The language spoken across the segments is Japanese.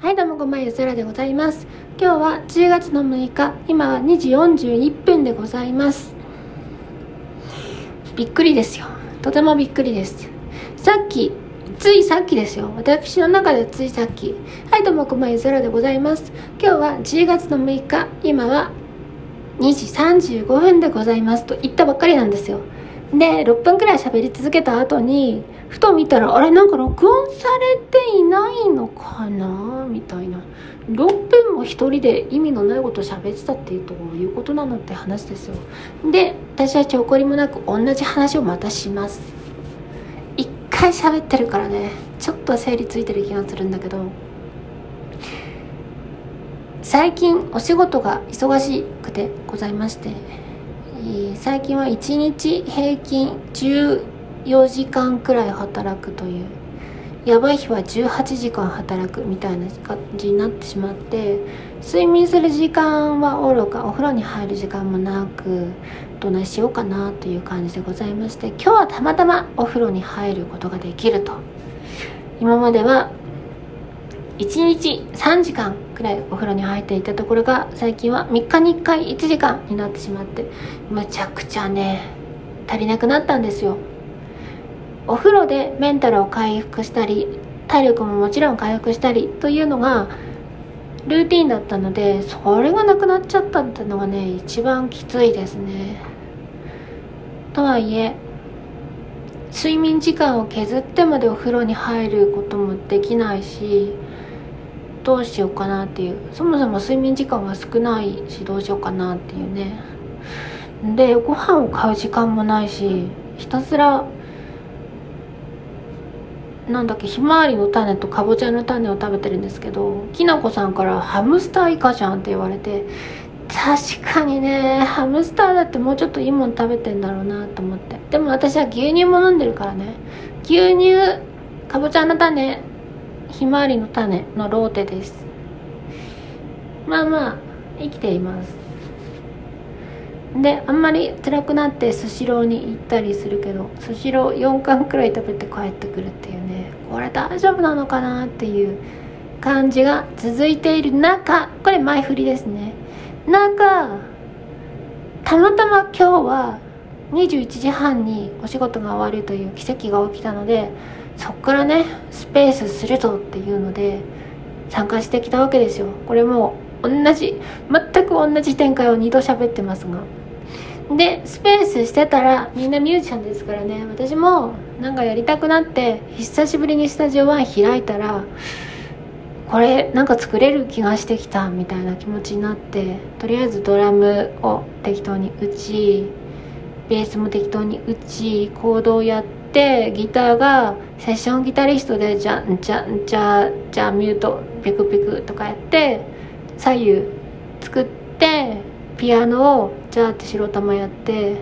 はいどうもこんばんは、ゆずらでございます。今日は10月の6日、今は2時41分でございます。びっくりですよ。とてもびっくりです。ついさっきですよ。私の中でついさっき。はいどうもこんばんは、ゆずらでございます。今日は10月の6日、今は2時35分でございますと言ったばっかりなんですよ。で、6分くらい喋り続けた後にふと見たら、あれなんか録音されていないのかなみたいな。6分も一人で意味のないことを喋ってたっていうとどういうことなのって話ですよ。で、私は証拠りもなく同じ話をまたします。一回喋ってるからね、ちょっと整理ついてる気がするんだけど、最近お仕事が忙しくてございまして、最近は1日平均14時間くらい働くという、やばい日は18時間働くみたいな感じになってしまって、睡眠する時間はおろかお風呂に入る時間もなく、どないしようかなという感じでございまして、今日はたまたまお風呂に入ることができると。今までは1日3時間くらいお風呂に入っていたところが、最近は3日に1回1時間になってしまって、むちゃくちゃね足りなくなったんですよ。お風呂でメンタルを回復したり、体力ももちろん回復したりというのがルーティンだったので、それがなくなっちゃったっていうのがね、一番きついですね。とはいえ睡眠時間を削ってまでお風呂に入ることもできないし、どうしようかなっていう、そもそも睡眠時間が少ないし、どうしようかなっていうね。で、ご飯を買う時間もないし、ひたすらひまわりの種とかぼちゃの種を食べてるんですけど、きなこさんからハムスター以下じゃんって言われて、確かにね、ハムスターだってもうちょっといいもの食べてんだろうなと思って。でも私は牛乳も飲んでるからね。牛乳、かぼちゃの種、ひまわりの種のローテです。まあ生きています。で、あんまり辛くなってスシローに行ったりするけど、スシロー4貫くらい食べて帰ってくるっていうね、これ大丈夫なのかなっていう感じが続いている中、これ前振りですね。たまたま今日は21時半にお仕事が終わるという奇跡が起きたので、そっからねスペースするぞっていうので参加してきたわけですよ。これも全く同じ展開を2度喋ってますが、でスペースしてたら、みんなミュージシャンですからね、私もやりたくなって久しぶりにスタジオ1開いたら、これ作れる気がしてきたみたいな気持ちになって、とりあえずドラムを適当に打ち、ベースも適当に打ち、コードをやって、ギターがセッションギタリストでじゃミュートピクピクとかやって左右作って、ピアノをジャーって白玉やって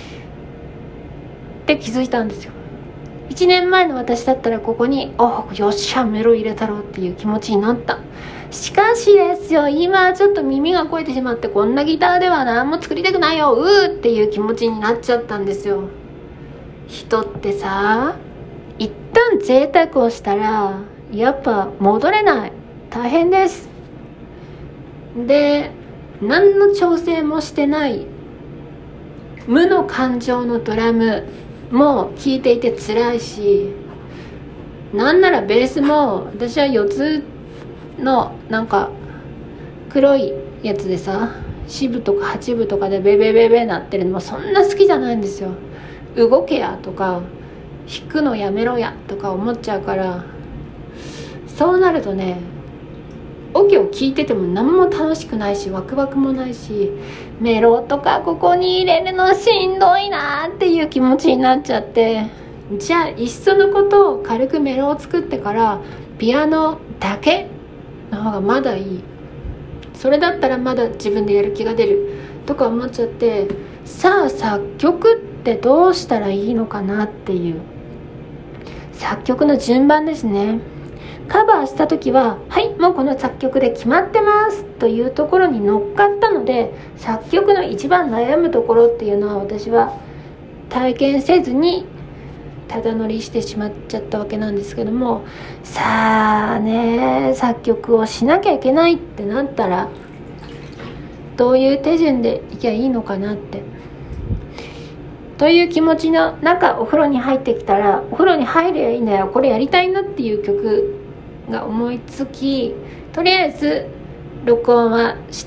って気づいたんですよ。1年前の私だったらここによっしゃメロ入れたろうっていう気持ちになった。しかしですよ、今ちょっと耳が肥えてしまって、こんなギターでは何も作りたくないよっていう気持ちになっちゃったんですよ。人ってさ、一旦贅沢をしたらやっぱ戻れない。大変です。で、何の調整もしてない無の感情のドラムも聴いていて辛いし、なんならベースも私は4つの黒いやつでさ、4分とか8分とかでベベベベなってるのもそんな好きじゃないんですよ。動けやとか弾くのやめろやとか思っちゃうから、そうなるとね、オケを聴いてても何も楽しくないし、ワクワクもないし、メロとかここに入れるのしんどいなっていう気持ちになっちゃって、じゃあいっそのことを軽くメロを作ってからピアノだけの方がまだいい、それだったらまだ自分でやる気が出るとか思っちゃって、さあ作曲ってどうしたらいいのかなっていう、作曲の順番ですね。カバーした時は、もうこの作曲で決まってますというところに乗っかったので、作曲の一番悩むところっていうのは私は体験せずにただ乗りしてしまっちゃったわけなんですけども、さあね、 で作曲をしなきゃいけないってなったら、どういう手順でいきゃいいのかなってという気持ちの中、お風呂に入ってきたら、お風呂に入ればいいんだよ、これやりたいなっていう曲が思いつき、とりあえず録音はして、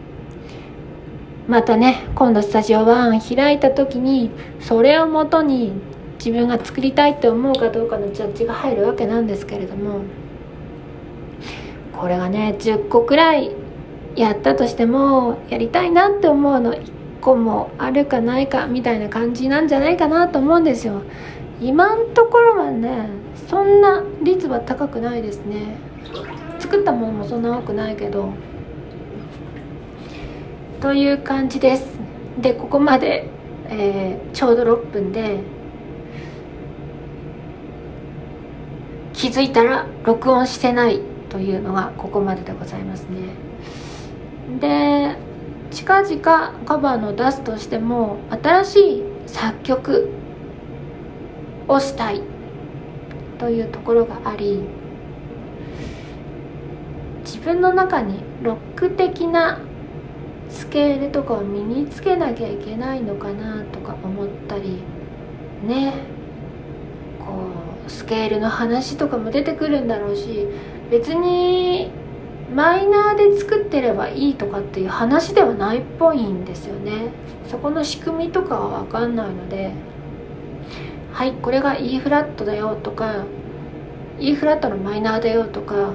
またね、今度スタジオ1開いた時にそれをもとに自分が作りたいって思うかどうかのジャッジが入るわけなんですけれども、これがね10個くらいやったとしても、やりたいなって思うの1個もあるかないかみたいな感じなんじゃないかなと思うんですよ。今のところはね、そんな率は高くないですね。作ったものもそんな多くないけど、という感じです。で、ここまで、ちょうど6分で、気づいたら録音してないというのがここまででございますね。で、近々カバーの出すとしても、新しい作曲をしたいというところがあり、自分の中にロック的なスケールとかを身につけなきゃいけないのかなとか思ったりね、こうスケールの話とかも出てくるんだろうし、別にマイナーで作ってればいいとかっていう話ではないっぽいんですよね。そこの仕組みとかは分かんないので、はい、これが E フラットだよとか E フラットのマイナーだよとか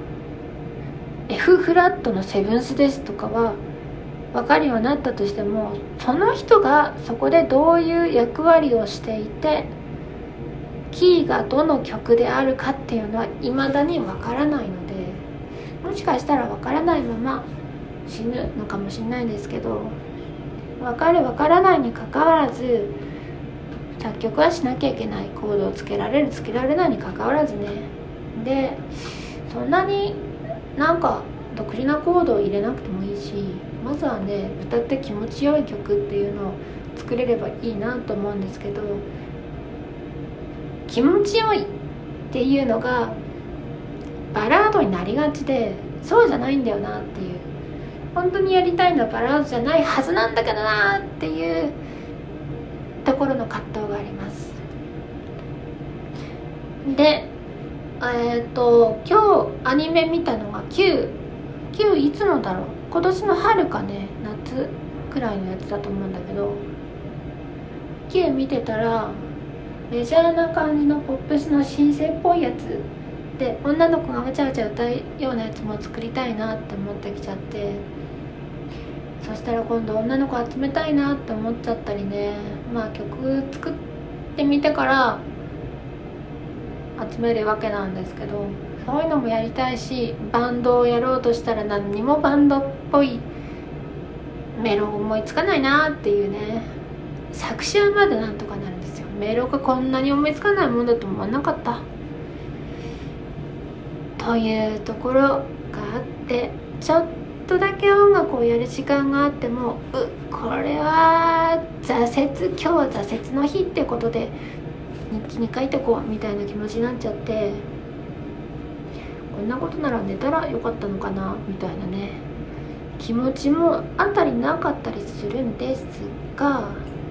F フラットのセブンスですとかは分かるようになったとしても、その人がそこでどういう役割をしていて、キーがどの曲であるかっていうのは未だに分からないので、もしかしたら分からないまま死ぬのかもしれないですけど、分かる分からないにかかわらず作曲はしなきゃいけない、コードをつけられるつけられないにかかわらずね。で、そんなになんか独自なコードを入れなくてもいいし、まずはね、歌って気持ちよい曲っていうのを作れればいいなと思うんですけど、気持ちよいっていうのがバラードになりがちで、そうじゃないんだよなっていう、本当にやりたいのはバラードじゃないはずなんだけどなっていうところの葛藤があります。で、今日アニメ見たのが9いつのだろう、今年の春かね、夏くらいのやつだと思うんだけど、9見てたらメジャーな感じのポップスの新生っぽいやつで、女の子がわちゃわちゃ歌うようなやつも作りたいなって思ってきちゃって、そしたら今度女の子集めたいなって思っちゃったりね。まあ曲作ってみてから集めるわけなんですけど、そういうのもやりたいし、バンドをやろうとしたら何にもバンドっぽいメロ思いつかないなっていうね。作詞はまでなんとかなるんですよ。メロがこんなに思いつかないもんだと思わなかったというところがあって、ちょっとだけ音楽をやる時間があっても、これは今日は挫折の日ってことで日記に書いてこうみたいな気持ちになっちゃって、こんなことなら寝たらよかったのかなみたいなね、気持ちもあったりなかったりするんですが、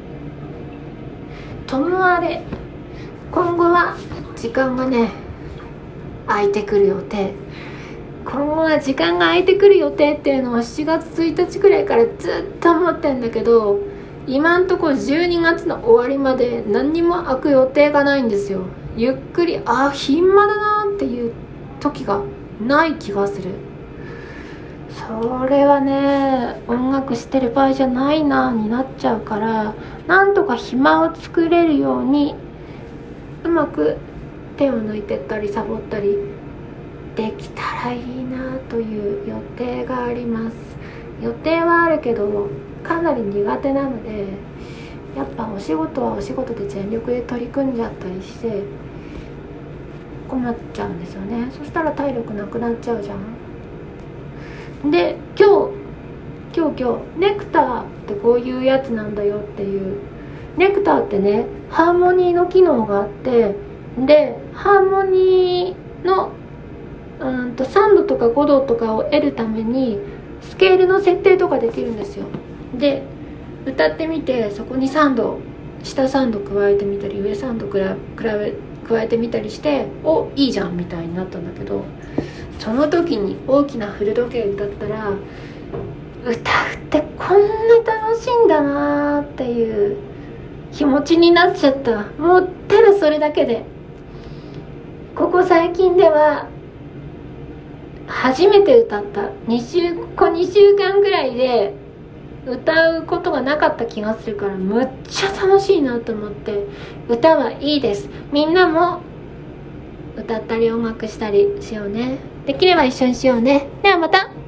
ともあれ今後は時間がね空いてくる予定、今後は時間が空いてくる予定っていうのを7月1日くらいからずっと思ってんだけど、今んところ12月の終わりまで何にも空く予定がないんですよ。ゆっくり暇だなっていう時がない気がする。それはね、音楽してる場合じゃないなになっちゃうから、なんとか暇を作れるようにうまく手を抜いてったりサボったりできたらいいなという予定があります。予定はあるけどかなり苦手なので、やっぱお仕事はお仕事で全力で取り組んじゃったりして困っちゃうんですよね。そしたら体力なくなっちゃうじゃん。で、今日ネクターってこういうやつなんだよっていう。ネクターってね、ハーモニーの機能があって、でハーモニーの 3度とか5度とかを得るためにスケールの設定とかできるんですよ。で歌ってみて、そこに3度下3度加えてみたり上3度加えてみたりして、お、いいじゃんみたいになったんだけど、その時に大きなフル時計歌ったら、歌うってこんな楽しいんだなーっていう気持ちになっちゃった。もうただそれだけで。ここ最近では初めて歌った。2週間ぐらいで歌うことがなかった気がするから、むっちゃ楽しいなと思って。歌はいいです。みんなも歌ったり音楽したりしようね。できれば一緒にしようね。ではまた。